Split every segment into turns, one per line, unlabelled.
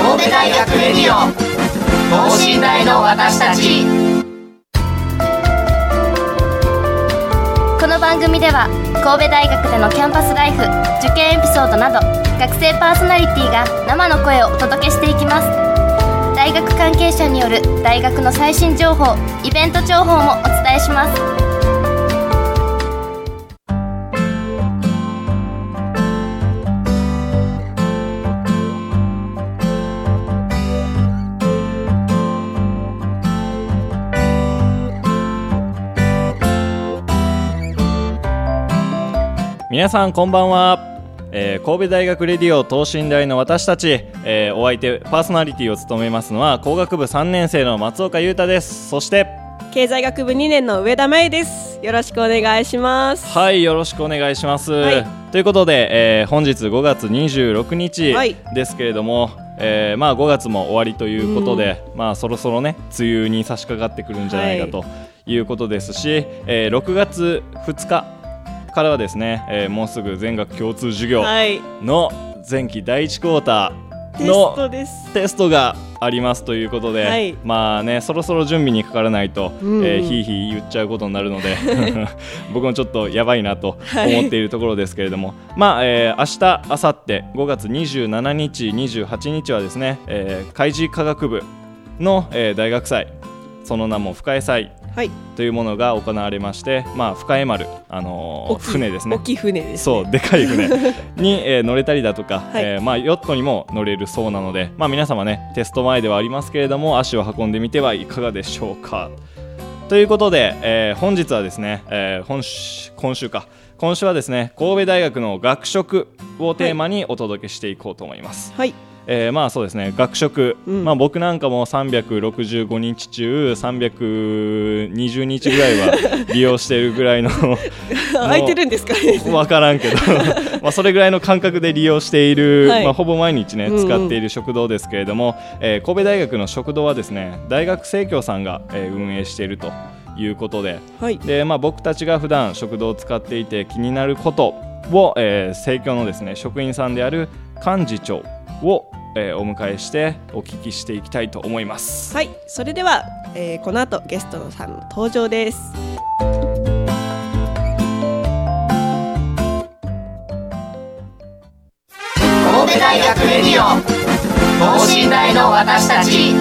神戸大学レディオ等身大の私たち。
この番組では神戸大学でのキャンパスライフ、受験エピソードなど学生パーソナリティが生の声をお届けしていきます。大学関係者による大学の最新情報、イベント情報もお伝えします。
皆さんこんばんは。神戸大学レディオ等身大の私たち、お相手パーソナリティを務めますのは工学部3年生の松岡裕太です。そして
経済学部2年の上田真由です。よろしくお願いします。
はい、よろしくお願いします、
はい、
ということで、本日5月26日ですけれども、5月も終わりということで、そろそろね梅雨に差し掛かってくるんじゃないかということですし、6月2日からはですね、もうすぐ全学共通授業の前期第1クォーターのテストがありますということで、そろそろ準備にかからないと、ひいひい言っちゃうことになるので僕もちょっとやばいなと思っているところですけれども、明日、明後日5月27日、28日はですね、海事科学部の、大学祭、その名も深江祭というものが行われまして、深江丸、船ですね、
大きい船ですね。
そう、でかい船に、乗れたりだとか、ヨットにも乗れるそうなので、皆様ねテスト前ではありますけれども足を運んでみてはいかがでしょうか。ということで、本日はですね、今週はですね神戸大学の学食をテーマにお届けしていこうと思います。そうですね、学食、僕なんかも365日中320日ぐらいは利用しているぐらいの
空いてるんですかね
分からんけどそれぐらいの感覚で利用している、ほぼ毎日ね使っている食堂ですけれども、神戸大学の食堂はですね大学生協さんが、運営しているということで、僕たちが普段食堂を使っていて気になることを、生協のですね職員さんである幹事長をお迎えしてお聞きしていきたいと思います。
はい、それでは、この後ゲストのさんの登場です。
神戸大学レディオ等身大の私たち。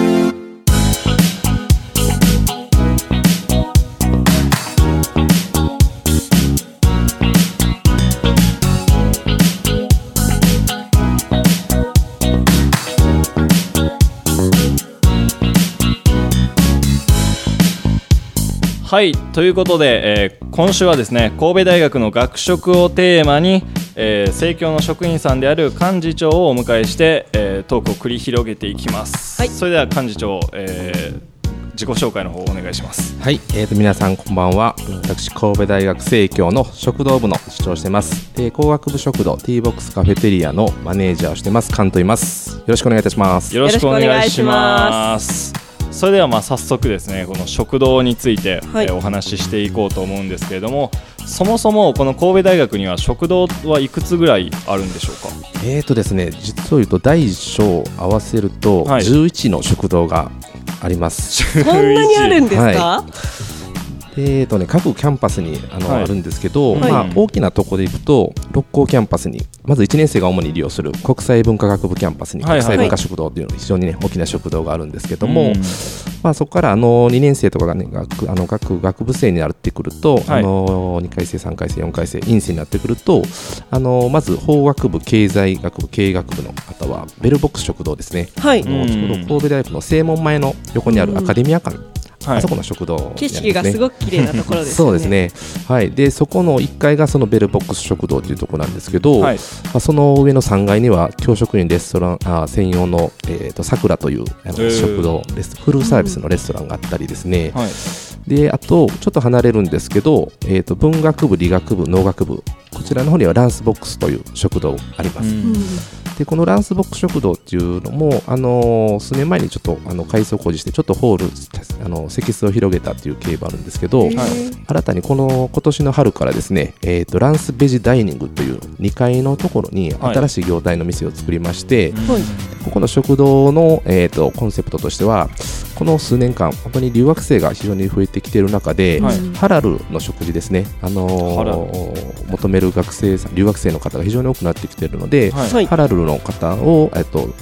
はい、ということで、今週はですね神戸大学の学食をテーマに、生協の職員さんである幹事長をお迎えして、トークを繰り広げていきます。それでは幹事長、自己紹介の方お願いします。
はい、皆さんこんばんは。私神戸大学生協の食堂部の主長をしてます。工学部食堂 T ボックスカフェテリアのマネージャーをしてます菅と言います。よろしくお願いいたします。
よろしくお願いします。それでは早速ですねこの食堂について、お話ししていこうと思うんですけれども、そもそもこの神戸大学には食堂はいくつぐらいあるんでしょうか。
ですね、実を言うと大小合わせると11の食堂があります。
そんなにあるんですか。
各キャンパスにあるんですけど、大きなところでいくと六甲キャンパスにまず1年生が主に利用する国際文化学部キャンパスに国際文化食堂というの非常に、大きな食堂があるんですけども、そこから2年生とかが、学部生になってくると、2回生3回生4回生院生になってくるとまず法学部経済学部経営学部の方はベルボックス食堂ですね、ちょうど神戸大学の正門前の横にあるアカデミア館、あそこの食堂、ね、
景色がすごく綺麗なところですね。
そうですね、でそこの1階がそのベルボックス食堂というところなんですけど、その上の3階には教職員レストラン専用のさくらという食堂です。フルサービスのレストランがあったりですね、であとちょっと離れるんですけど、文学部理学部農学部こちらの方にはランスボックスという食堂あります。 でこのランスボックス食堂っていうのも、数年前にちょっと改装工事してちょっとホール席数を広げたっていう経緯もあるんですけど、新たに今年の春からですね、ランスベジダイニングという2階のところに新しい業態の店を作りまして、ここの食堂の、コンセプトとしては、この数年間本当に留学生が非常に増えてきている中で、ハラルの食事ですね、求める留学生の方が非常に多くなってきているので、ハラルの方を、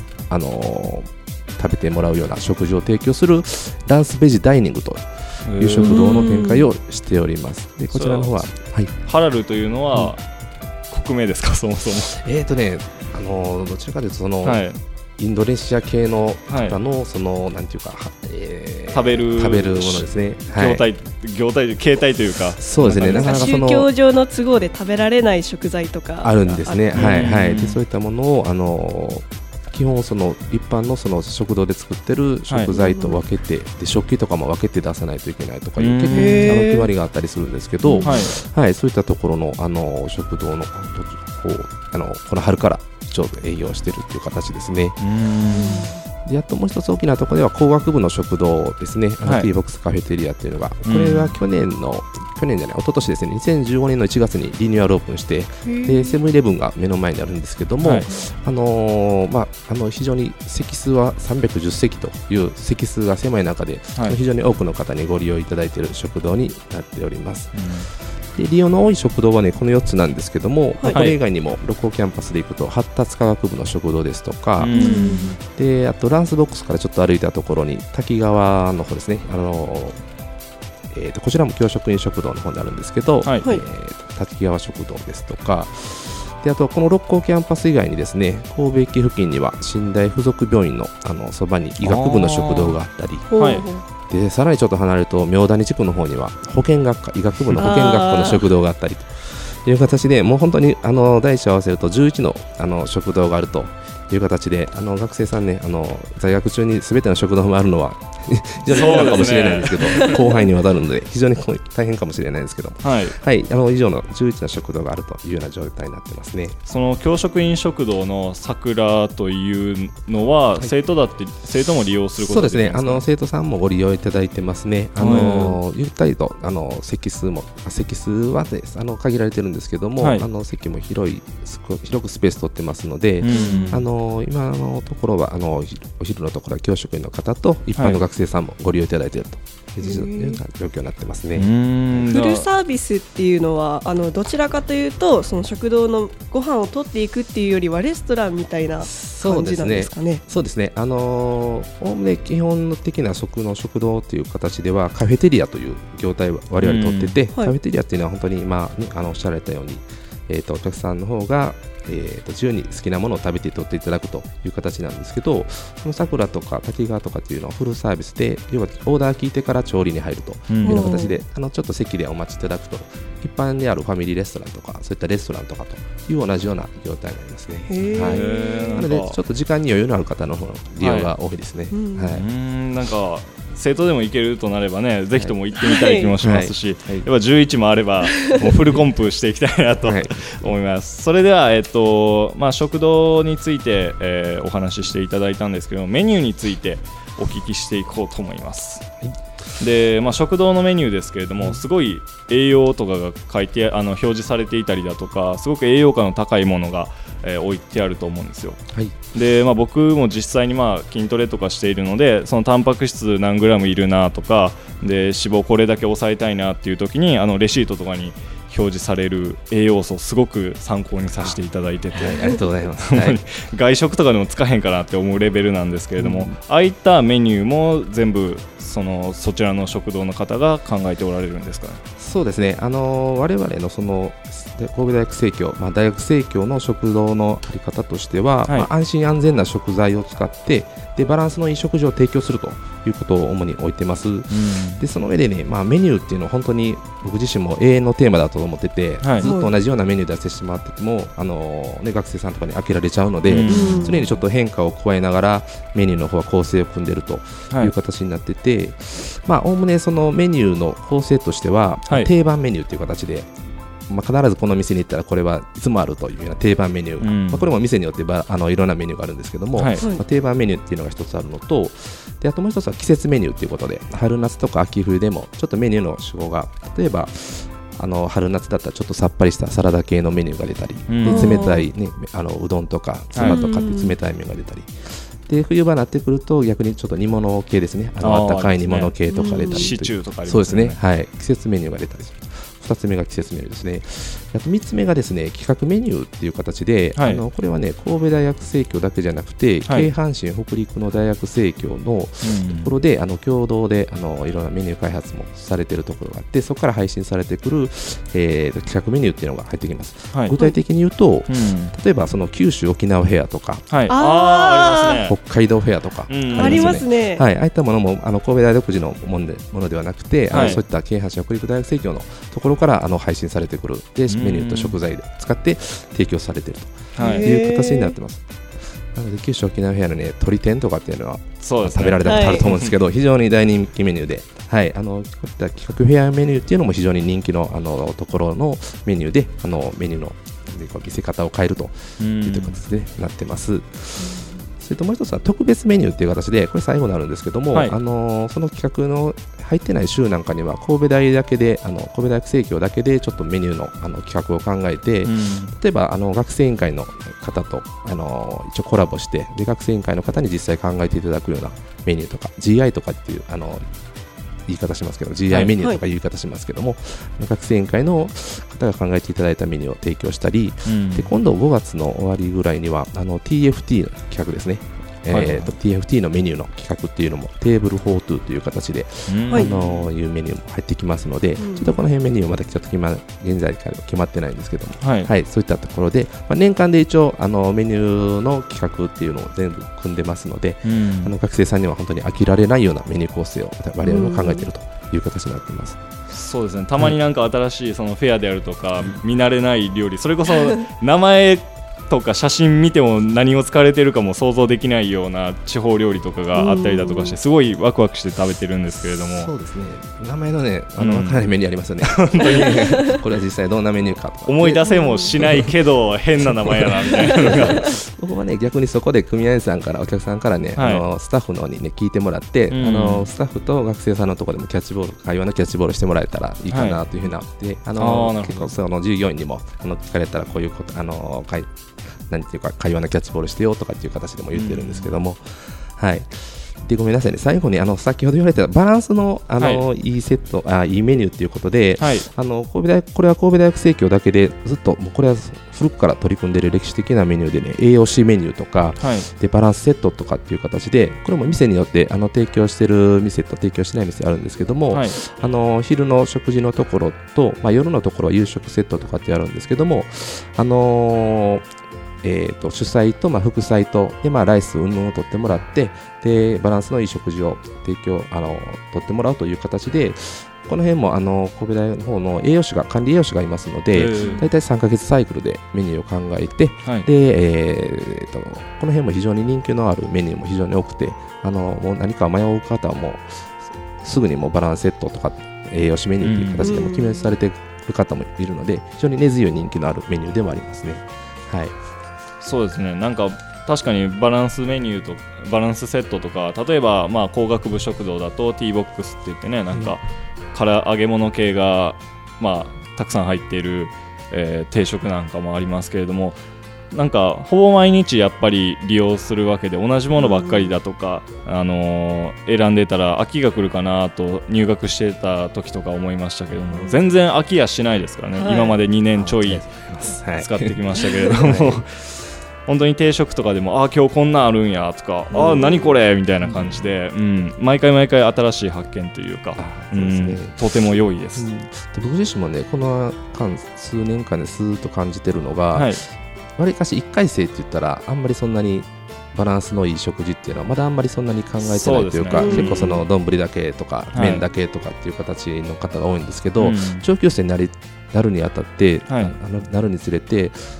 食べてもらうような食事を提供するランスベジダイニングという食堂の展開をしております。でこちらの方は、
ハラルというのは、国名ですか、そもそも。
どちらかというとインドネシア系の方のなんていうか、
食べるもの
ですね。
形態というか、
そうですね。なかなか
宗教上の都合で食べられない食材とか
あるんですね。でそういったものを基本一般の食堂で作ってる食材と分けて、で食器とかも分けて出さないといけないとかいう結構決まりがあったりするんですけど、そういったところの食堂のこの春からちょうど営業しているという形ですね。であともう一つ大きなところでは工学部の食堂ですね、ティーボックスカフェテリアというのが、これは一昨年ですね、2015年の1月にリニューアルオープンして、でセブンイレブンが目の前にあるんですけども、非常に席数は310席という席数が狭い中で、非常に多くの方にご利用いただいている食堂になっております。で利用の多い食堂はね、この4つなんですけども、これ以外にも六甲キャンパスで行くと発達科学部の食堂ですとか、であとランスボックスからちょっと歩いたところに滝川の方ですね、こちらも教職員食堂の方になるんですけど、滝川食堂ですとか、であとこの六甲キャンパス以外にですね、神戸駅付近には新大附属病院のそばに医学部の食堂があったり、でさらにちょっと離れると明谷地区の方には医学部の保健学科の食堂があったりという形で、もう本当に大小合わせると11の食堂があるという形で、学生さんね、在学中に全ての食堂があるのは非常に困難かもしれないんですけど、広範囲にわたるので非常に大変かもしれないんですけど、以上の11の食堂があるというような状態になってますね。
その教職員食堂の桜というのは、生徒も利用することができますか？
そうですね、生徒さんもご利用いただいてますね。ゆったりと席数は限られてるんですけども、席も広くスペース取ってますので、今のところはお昼のところは教職員の方と一般の学生さんもご利用いただいているというような状況になってますね。
フルサービスっていうのはどちらかというと、その食堂のご飯を取っていくっていうよりはレストランみたいな感じなんですかね。
そうですね。おおむね基本的な食堂という形ではカフェテリアという業態を我々取ってて、カフェテリアっていうのは本当に今、おっしゃられたように、お客さんの方が自由に好きなものを食べて取っていただくという形なんですけど、その桜とか滝川とかっていうのはフルサービスで、要はオーダー聞いてから調理に入るというような形で、ちょっと席でお待ちいただくと、一般であるファミリーレストランとかそういったレストランとかという同じような業態になりますね。なのでちょっと時間に余裕のある方の方の利用が多いですね。
なんか生徒でも行けるとなればね、ぜひとも行ってみたい気もしますし、やっぱ11もあればもうフルコンプしていきたいなと思います。それでは、食堂について、お話ししていただいたんですけど、メニューについてお聞きしていこうと思います。で食堂のメニューですけれども、すごい栄養とかが表示されていたりだとか、すごく栄養価の高いものが、置いてあると思うんですよ。で僕も実際に筋トレとかしているので、そのタンパク質何グラムいるなとかで、脂肪これだけ抑えたいなっていう時にレシートとかに表示される栄養素をすごく参考にさせていただいてて、
ありがとうございます。
外食とかでも使えへんかなって思うレベルなんですけれども、ああいったメニューも全部そちらの食堂の方が考えておられるんですかね。
そうですね、我々の神戸大学生協、大学生協の食堂のあり方としては、安心安全な食材を使ってでバランスのいい食事を提供するということを主に置いてます。でその上でね、メニューっていうのは本当に僕自身も永遠のテーマだと思ってて、ずっと同じようなメニュー出してしまってても学生さんとかに飽きられちゃうので、常にちょっと変化を加えながらメニューの方は構成を組んでいるという形になってて、おおむねそのメニューの構成としては、定番メニューという形で必ずこの店に行ったらこれはいつもあるというような定番メニューが、これも店によっていろんなメニューがあるんですけども、定番メニューっていうのが一つあるのと、であともう一つは季節メニューということで、春夏とか秋冬でもちょっとメニューの手法が、例えば春夏だったらちょっとさっぱりしたサラダ系のメニューが出たり、で冷たい、ね、うどんとかツナとかって冷たい麺が出たり、で冬場になってくると逆にちょっと煮物系ですね、あったかい煮物系とか出たり、
シチューとかありますね。
そうですね、はい、季節メニューが出たりする。2つ目が季節メニューですね。あと3つ目がですね、企画メニューっていう形で、これはね神戸大学生協だけじゃなくて、京阪神北陸の大学生協のところで、共同でいろんなメニュー開発もされているところがあって、そこから配信されてくる、企画メニューっていうのが入ってきます。具体的に言うと、例えばその九州沖縄フェアとか、北海道フェアとかありますね。ああいったものも神戸大独自のものではなくて、そういった京阪神北陸大学生協のところから配信されてくるでメニューと食材で使って提供されているという形になってます。なので九州沖縄フェアのね鶏天とかっていうのは食べられたことあると思うんですけど、非常に大人気メニューで、こういった企画フェアメニューっていうのも非常に人気のところのメニューで、メニューの見せ方を変えるという形でなってます。それともう一つは特別メニューっていう形で、これ最後になるんですけども、その企画の入ってない週なんかには神戸大だけで神戸大学生協だけでちょっとメニューの企画を考えて、例えば学生委員会の方と一応コラボして、で学生委員会の方に実際考えていただくようなメニューとか GI とかっていう言い方しますけど GI メニューとかいう言い方しますけども、学生委員会の方が考えていただいたメニューを提供したり、で今度5月の終わりぐらいにはTFT の企画ですね、TFT のメニューの企画っていうのもテーブル42という形で、いうメニューも入ってきますので、ちょっとこの辺メニューはまだちょっと現在から決まってないんですけども、そういったところで、年間で一応メニューの企画っていうのを全部組んでますので、学生さんには本当に飽きられないようなメニュー構成を我々も考えているという形になっています。
そうですね、たまになんか新しいそのフェアであるとか、見慣れない料理、それこそ名前とか写真見ても何を使われているかも想像できないような地方料理とかがあったりだとかして、すごいワクワクして食べてるんですけれども、
そうですね、名前のね分からないメニューありますよね本当にこれは実際どんなメニューかとか
思い出せもしないけど変な名前やなみたいなのが
僕はね逆にそこで組合員さんからお客さんからね、スタッフの方にね聞いてもらって、スタッフと学生さんのところでもキャッチボール、会話のキャッチボールしてもらえたらいいかなというふうな、で結構その従業員にも聞かれたらこういうこと何ていうか会話のキャッチボールしてよとかっていう形でも言ってるんですけども、でごめんなさいね、最後に先ほど言われたバランスのいいセットいいメニューということで、これは神戸大学生協だけでずっともうこれは古くから取り組んでいる歴史的なメニューでね、栄養士メニューとか、でバランスセットとかっていう形で、これも店によって提供している店と提供してない店あるんですけども、昼の食事のところと、夜のところは夕食セットとかってあるんですけども、主菜と副菜とで、ライス云々を取ってもらって、でバランスのいい食事を取ってもらうという形で、この辺も神戸大の方の管理栄養士がいますので、だいたい3ヶ月サイクルでメニューを考えて、でこの辺も非常に人気のあるメニューも非常に多くて、もう何か迷う方はもうすぐにもうバランスセットとか栄養士メニューという形でも決めされている方もいるので、非常に根強い人気のあるメニューでもありますね。
そうですね、なんか確かにバランスメニューとバランスセットとか、例えば工学部食堂だと T ボックスって言ってね、なんか揚げ物系がたくさん入っている、定食なんかもありますけれども、なんかほぼ毎日やっぱり利用するわけで、同じものばっかりだとか、選んでたら飽きが来るかなと入学してた時とか思いましたけども、全然飽きやしないですからね、今まで2年ちょい使ってきましたけれども、本当に定食とかでも今日こんなんあるんやとか、何これみたいな感じで、毎回新しい発見というか、とても良いです。
僕自身もね、この数年間でスーッと感じてるのが、わりかし1回生って言ったらあんまりそんなにバランスのいい食事っていうのはまだあんまりそんなに考えてないというか、結構その丼だけとか麺だけとかっていう形の方が多いんですけど、上級生になるにあたって、なるにつれて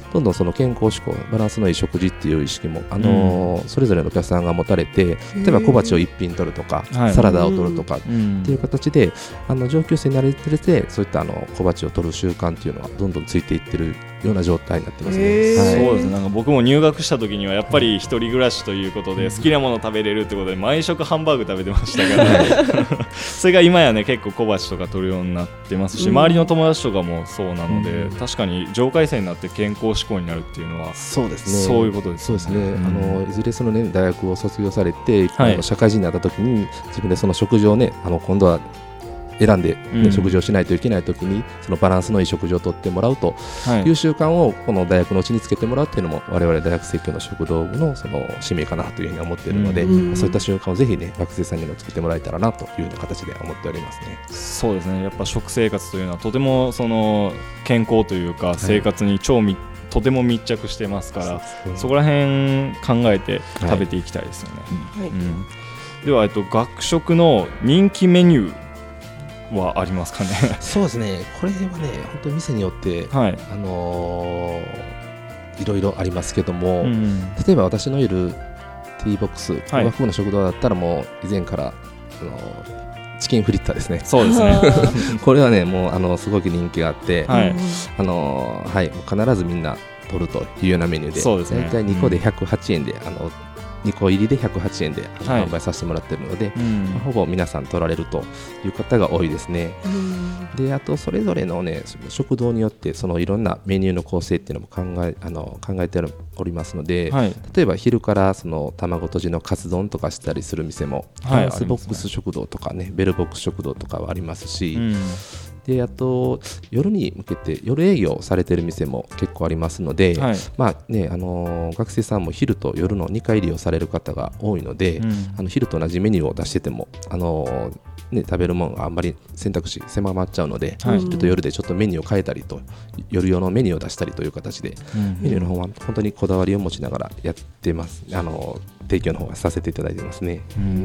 どんどんその健康志向、バランスのいい食事っていう意識も、それぞれのお客さんが持たれて、例えば小鉢を1品取るとか、サラダを取るとかっていう形で、上級生になれてそういった小鉢を取る習慣っていうのはどんどんついていってるような状態になってますね。
そうですね。なんか僕も入学した時にはやっぱり一人暮らしということで好きなもの食べれるってことで毎食ハンバーグ食べてましたからそれが今やね結構小鉢とか取るようになってますし、周りの友達とかもそうなので、確かに上階生になって健康志向になるっていうのは
そうですね、
そういうことですね。
そうですね。いずれそのね大学を卒業されて、社会人になった時に自分でその食事をね今度は選んで、食事をしないといけないときにそのバランスのいい食事をとってもらうという習慣をこの大学のうちにつけてもらうというのも我々大学生協の食堂のその使命かなというふうに思っているので、そういった習慣をぜひね学生さんにもつけてもらえたらなというような形で思っておりますね。
そうですね。やっぱ食生活というのはとてもその健康というか生活にとても密着してますから、そこら辺考えて食べていきたいですよね。では学食の人気メニューはありますかね。
そうですね。これはね、本当に店によって、いろいろありますけども、例えば私のいるティーボックス、和風の食堂だったらもう以前からチキンフリッターですね。
そうですね。
これはね、もうすごく人気があって、必ずみんな取るというようなメニューで、大体2個で108円で2個入りで108円で販売させてもらっているので、ほぼ皆さん取られるという方が多いですね。であとそれぞれのね食堂によってそのいろんなメニューの構成っていうのも考えておりますので、例えば昼からその卵とじのカツ丼とかしたりする店も、ランスボックス食堂とかねベルボックス食堂とかはありますし、であと夜に向けて夜営業されている店も結構ありますので、学生さんも昼と夜の2回利用される方が多いので、昼と同じメニューを出してても食べるものがあんまり選択肢狭まっちゃうので、昼と夜でちょっとメニューを変えたりと夜用のメニューを出したりという形で、メニューの方は本当にこだわりを持ちながらやってます。提供の方はさせていただいてますね。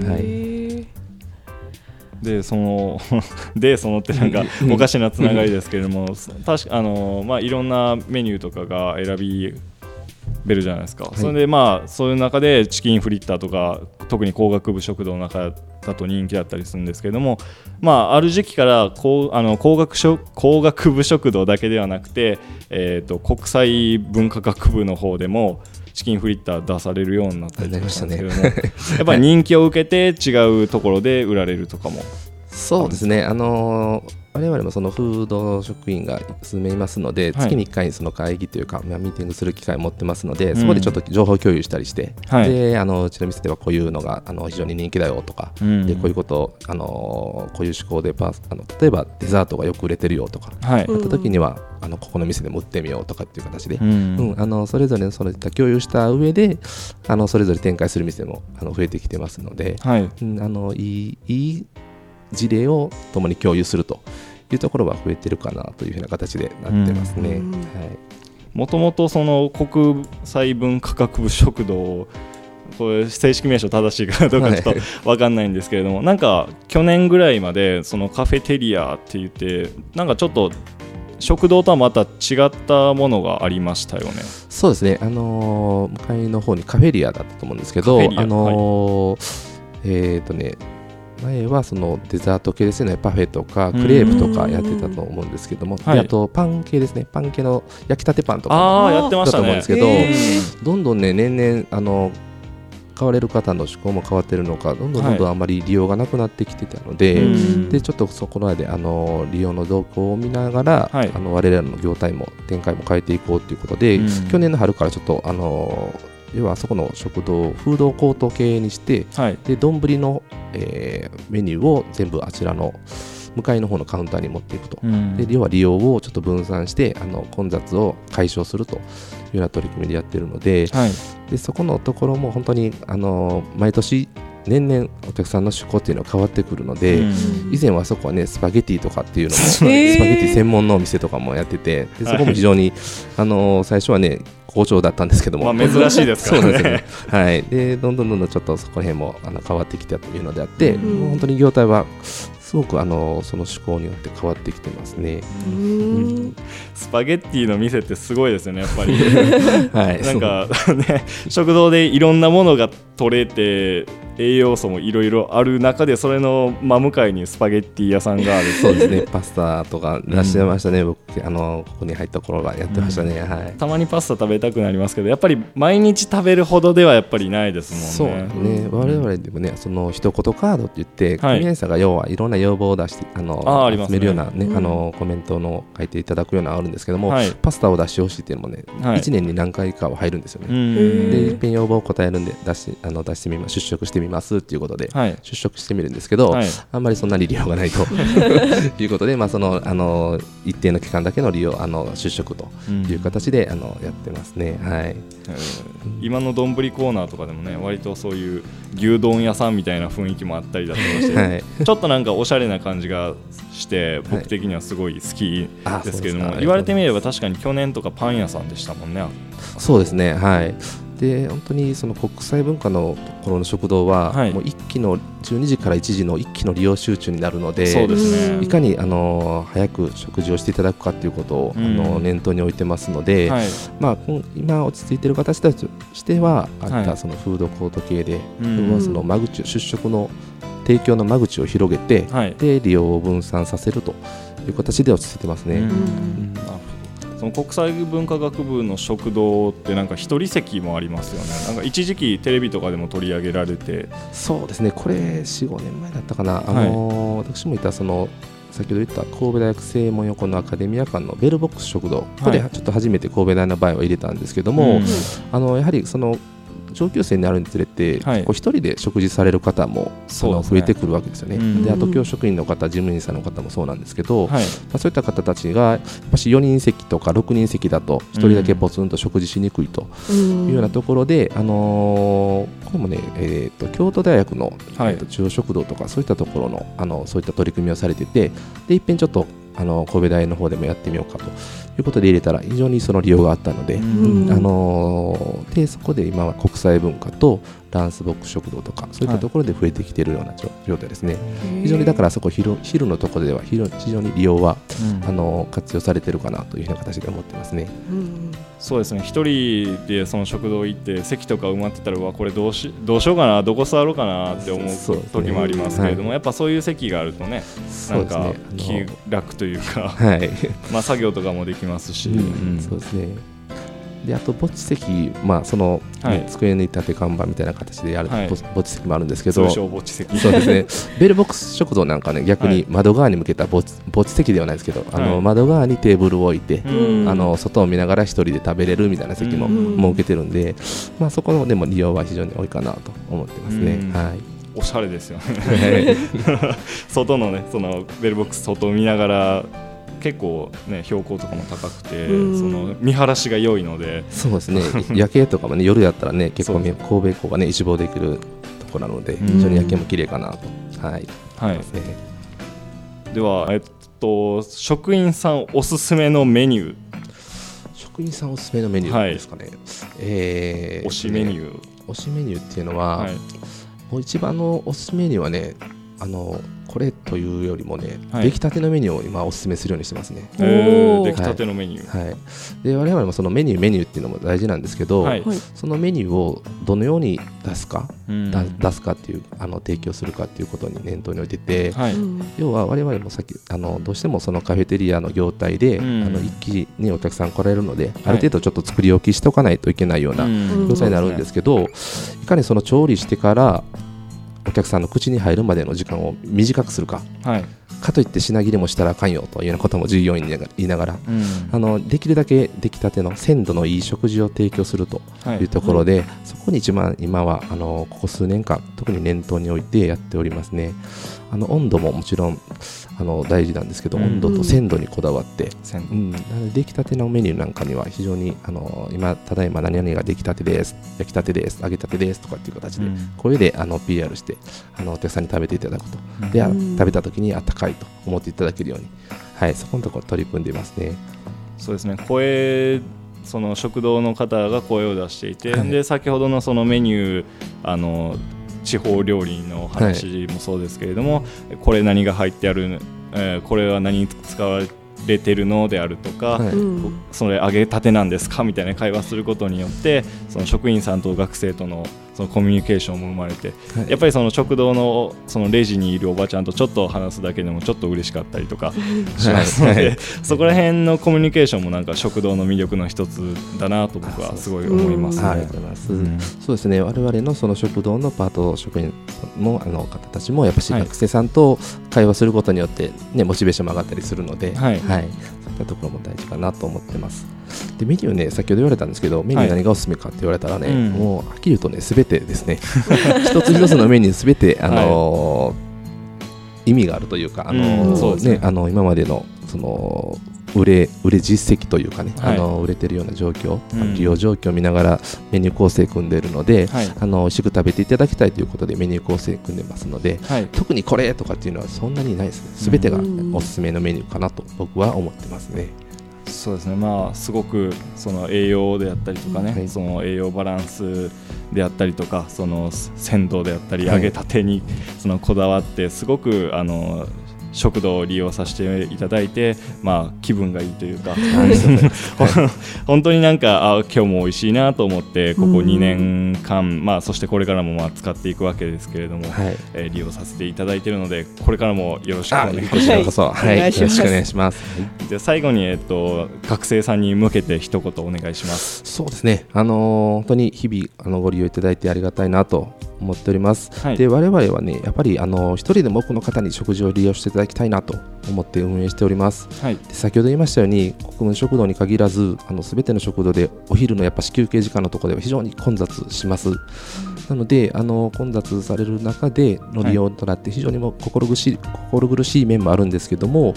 でそのってなんかおかしなつながりですけれども、確かいろんなメニューとかが選びべるじゃないですか。それでそういう中でチキンフリッターとか特に工学部食堂の中だと人気だったりするんですけれども、ある時期から工学部食堂だけではなくて、国際文化学部の方でもチキンフリッター出されるようになったりとかしたんですけども、やっぱり人気を受けて違うところで売られるとかも。
そうですね。我々もそのフード職員が数名いますので、月に1回その会議というか、ミーティングする機会を持ってますので、そこでちょっと情報共有したりして、でうちの店ではこういうのが非常に人気だよとか、でこういうことこういう趣向で例えばデザートがよく売れてるよとか、あった時にはここの店でも売ってみようとかっていう形で、それぞれそういった共有した上でそれぞれ展開する店も増えてきてますので、いい事例を共に共有するというところは増えてるかなというふうな形でなってますね。
もともとその国際文化学部食堂、これ正式名称正しいかどうかちょっと分かんないんですけれども、なんか去年ぐらいまでそのカフェテリアって言ってなんかちょっと食堂とはまた違ったものがありましたよね。
そうですね。向かいの方にカフェリアだったと思うんですけど、前はそのデザート系ですね、パフェとかクレープとかやってたと思うんですけども、あとパン系ですね、パン系の焼きたてパンとか
やってましたね。
だと思うんですけど、どんどんね年々買われる方の趣向も変わってるのか、どんどんあんまり利用がなくなってきてたので、でちょっとそこまで利用の動向を見ながら、我々の業態も展開も変えていこうということで、去年の春からちょっと要はそこの食堂をフードコート系にして、で丼の、メニューを全部あちらの向かいの方のカウンターに持っていくと、で要は利用をちょっと分散して混雑を解消するというような取り組みでやっているので、でそこのところも本当に毎年年々お客さんの趣向っていうのは変わってくるので、以前はそこはねスパゲティとかっていうのもスパゲティ専門のお店とかもやってて、でそこも非常に最初はね好調だったんですけども、
珍しいですからね。
そうなんですね。でどんどんちょっとそこら辺も変わってきたというのであって、もう本当に業態はすすごくその趣向によって変わってきてますね。
スパゲッティの店ってすごいですよねやっぱりはい、なんかね食堂でいろんなものが取れて栄養素もいろいろある中でそれの真向かいにスパゲッティ屋さんがある
そうですねパスタとか出してましたね、僕ここに入った頃はやってましたね、はい、
たまにパスタ食べたくなりますけどやっぱり毎日食べるほどではやっぱりないですもんね。
そうね、我々でもねその一言カードって言って組合員さんが要はいろんな要望を出して集めるようなね、コメントの書いていただくようなのあるんですけども、パスタを出してほしいっていうのもね、1年に何回かは入るんですよね。で一遍要望を答えるんで出してみます出食してみますっていうことで、出食してみるんですけど、あんまりそんなに利用がないということで、その一定の期間だけの利用出食という形でやってますね。はい、
今の丼コーナーとかでもね割とそういう牛丼屋さんみたいな雰囲気もあったりだとかして、ちょっとなんかおしゃれな感じがして僕的にはすごい好きですけれども、言われてみれば確かに去年とかパン屋さんでしたもんね。
そうですね、はい。で本当にその国際文化のところの食堂は、もう一気の12時から1時の一気の利用集中になるので、
そうですね、
いかに早く食事をしていただくかということを、念頭に置いてますので、今落ち着いている形としてはあったそのフードコート系で、その間口出食の提供の間口を広げて、で利用を分散させるという形で落ち着いてますね。
その国際文化学部の食堂ってなんか一人席もありますよね。なんか一時期テレビとかでも取り上げられて。
そうですね、これ 4,5 年前だったかな、私もいたその先ほど言った神戸大学正門横のアカデミア館のベルボックス食堂、ここでちょっと初めて神戸大の場合は入れたんですけども、やはりその上級生になるにつれて、一人で食事される方も増えてくるわけですよね。であと教職員の方、事務員さんの方もそうなんですけど、そういった方たちがやっぱし4人席とか6人席だと1人だけポツンと食事しにくいというようなところで、これもね、京都大学の、中央食堂とかそういったところの、そういった取り組みをされてて、でいっぺんちょっと神戸大の方でもやってみようかということで入れたら非常にその利用があったので、でそこで今は国際文化とランスボックス食堂とかそういったところで増えてきているような状態ですね。非常にだからそこ昼のところでは非常に利用は、活用されているかなというような形で思ってますね。
そうですね、一人でその食堂行って席とか埋まってたらこれどうしようかな、どこ座ろうかなって思う時もありますけれども、やっぱそういう席があるとね、なんか気楽というか、作業とかもできますし、
そうですね。であと墓地席、その、机に立て看板みたいな形でやる墓地席もあるんですけど、
通称墓地席、
そうですねベルボックス食堂なんかね、逆に窓側に向けた墓地席ではないですけど、窓側にテーブルを置いて、外を見ながら一人で食べれるみたいな席も設けてるんで、そこのでも利用は非常に多いかなと思ってますね。
おしゃれですよね外のね、そのベルボックス外を見ながら結構ね標高とかも高くて、その見晴らしが良いので、
そうですね夜景とかもね、夜やったらね結構神戸港がね一望できるところなので、非常に夜景も綺麗かなと
では職員さんおすすめのメニュー、
職員さんおすすめのメニューですかね。
推しメニュー、
推しメニューっていうのは、もう一番のおすすめメニューはね、これというよりもね、出来たてのメニューを今おすすめするようにしてますね。
出来たてのメニュー、
で我々もそのメニューっていうのも大事なんですけど、そのメニューをどのように出すかっていう提供するかっていうことに念頭に置いてて、要は我々もさっきどうしてもそのカフェテリアの業態で、一気にお客さん来られるので、ある程度ちょっと作り置きしておかないといけないような業態になるんですけど、いかにその調理してからお客さんの口に入るまでの時間を短くするか、かといって品切れもしたらあかんよというようなことも従業員に言いながら、できるだけ出来たての鮮度のいい食事を提供するというところで、そこに一番今はここ数年間特に念頭に置いてやっておりますね。温度ももちろん大事なんですけど、温度と鮮度にこだわって、なので出来たてのメニューなんかには非常にただいま何々が出来たてです、焼きたてです、揚げたてですとかっていう形で、声でPR してお客さんに食べていただくと、で食べた時にあったかいと思っていただけるように、そこのところ取り組んでいますね。
そうですね、その食堂の方が声を出していて、で先ほどのそのメニュー地方料理の話もそうですけれども、これ何が入ってある、これは何に使われてるのであるとか、それ揚げたてなんですかみたいな会話することによって、その職員さんと学生とのそのコミュニケーションも生まれて、やっぱりその食堂のそのレジにいるおばちゃんとちょっと話すだけでもちょっと嬉しかったりとかしますので、そこら辺のコミュニケーションもなんか食堂の魅力の一つだなと僕はすごい思いますね。
ありがとうございます。そうですね、我々のその食堂のパート職員の方たちもやっぱり学生さんと会話することによって、ね、モチベーションも上がったりするので、そういったところも大事かなと思ってます。でメニューね、先ほど言われたんですけど、メニュー何がおすすめかって言われたらね、もうはっきり言うとね、すべてですね一つ一つのメニューすべて、意味があるというか、今までのその売れ実績というかね、売れてるような状況、利用状況を見ながらメニュー構成組んでいるので、美味しく食べていただきたいということでメニュー構成組んでますので、特にこれとかっていうのはそんなにないですね。すべてがおすすめのメニューかなと僕は思ってますね。
そうですね、すごくその栄養であったりとかね、その栄養バランスであったりとか、その鮮度であったり、揚げたてにそのこだわって、すごく食堂を利用させていただいて、気分がいいというか本当になんか今日も美味しいなと思って、ここ2年間、そしてこれからも使っていくわけですけれども、利用させていただいているので、これからもよろしくお願いします。
こちらこそ、よろしくお願いします。
で最後に、学生さんに向けて一言お願いします。
そうですね、本当に日々ご利用いただいてありがたいなと思っております。で我々はね、やっぱり一人でも多くの方に食事を利用していただきたいなと思って運営しております。で先ほど言いましたように、国分食堂に限らずすべての食堂でお昼のやっぱり休憩時間のところでは非常に混雑します。なので混雑される中での利用となって、非常にも心苦しい面もあるんですけども、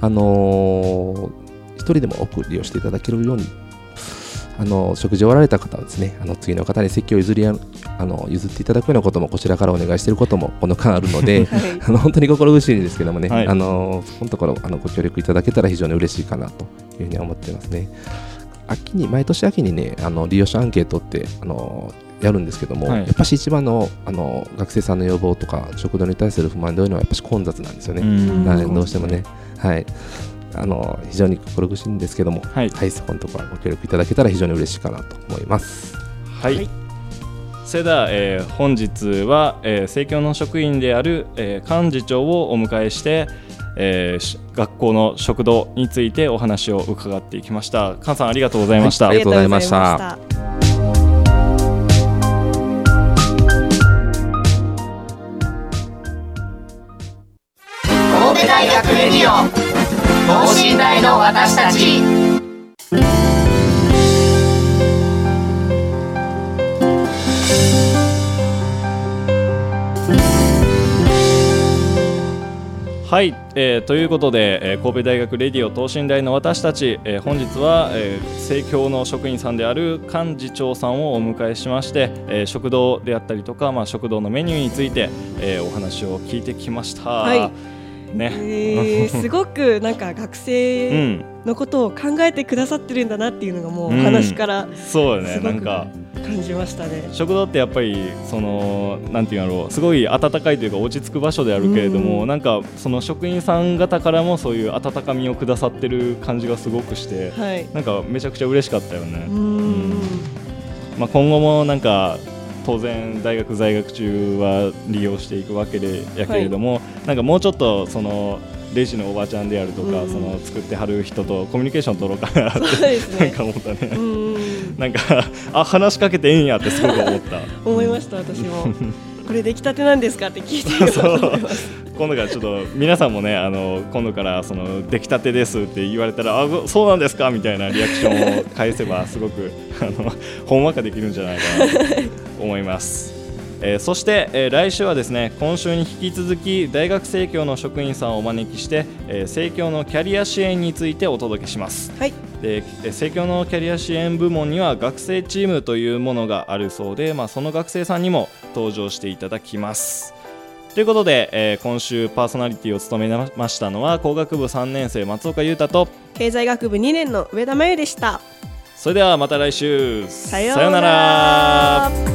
一人でも多く利用していただけるように、食事を終わられた方はですね、次の方に席を譲っていただくようなこともこちらからお願いしていることもこの間あるので、本当に心苦しいんですけどもね、そこのところご協力いただけたら非常に嬉しいかなというふうに思っていますね。毎年秋にね、利用者アンケートってやるんですけども、やっぱし一番の学生さんの要望とか食堂に対する不満というのはやっぱし混雑なんですよね。どうしてもね、非常に心苦しいんですけども、そこのところご協力いただけたら非常に嬉しいかなと思います。
それでは、本日は、生協の職員である、幹事長をお迎えして、学校の食堂についてお話を伺っていきました。菅さん、ありがとうございました。
ありがとうございました。
神戸大学レディオ等身大の私たち。
はい、ということで、神戸大学レディオ等身大の私たち、本日は、生協の職員さんである幹事長さんをお迎えしまして、食堂であったりとか、食堂のメニューについて、お話を聞いてきました。
すごくなんか学生のことを考えてくださってるんだなっていうのがもう話から
そうよね、なんか
感じましたね。
食堂ってやっぱりなんていうんだろう、すごい温かいというか落ち着く場所であるけれども、なんかその職員さん方からもそういう温かみをくださってる感じがすごくして、なんかめちゃくちゃ嬉しかったよね。今後もなんか当然大学在学中は利用していくわけでやけれども、なんかもうちょっとそのレジのおばちゃんであるとか、その作ってはる人とコミュニケーション取ろうかなってなんか思ったね。なんか話しかけていいんやってすごく思った
思いました。私もこれ出来たてなんですかって聞いてみようと思います。
今度からちょっと皆さんもね、今度からその出来たてですって言われたら、そうなんですかみたいなリアクションを返せばすごくほんわかできるんじゃないかなと思います。そして、来週はですね、今週に引き続き大学生協の職員さんをお招きして、生協のキャリア支援についてお届けします。で生協のキャリア支援部門には学生チームというものがあるそうで、その学生さんにも登場していただきます。ということで、今週パーソナリティを務めましたのは工学部3年生松岡優太と
経済学部2年の上田真由でした。
それではまた来週。
さようなら。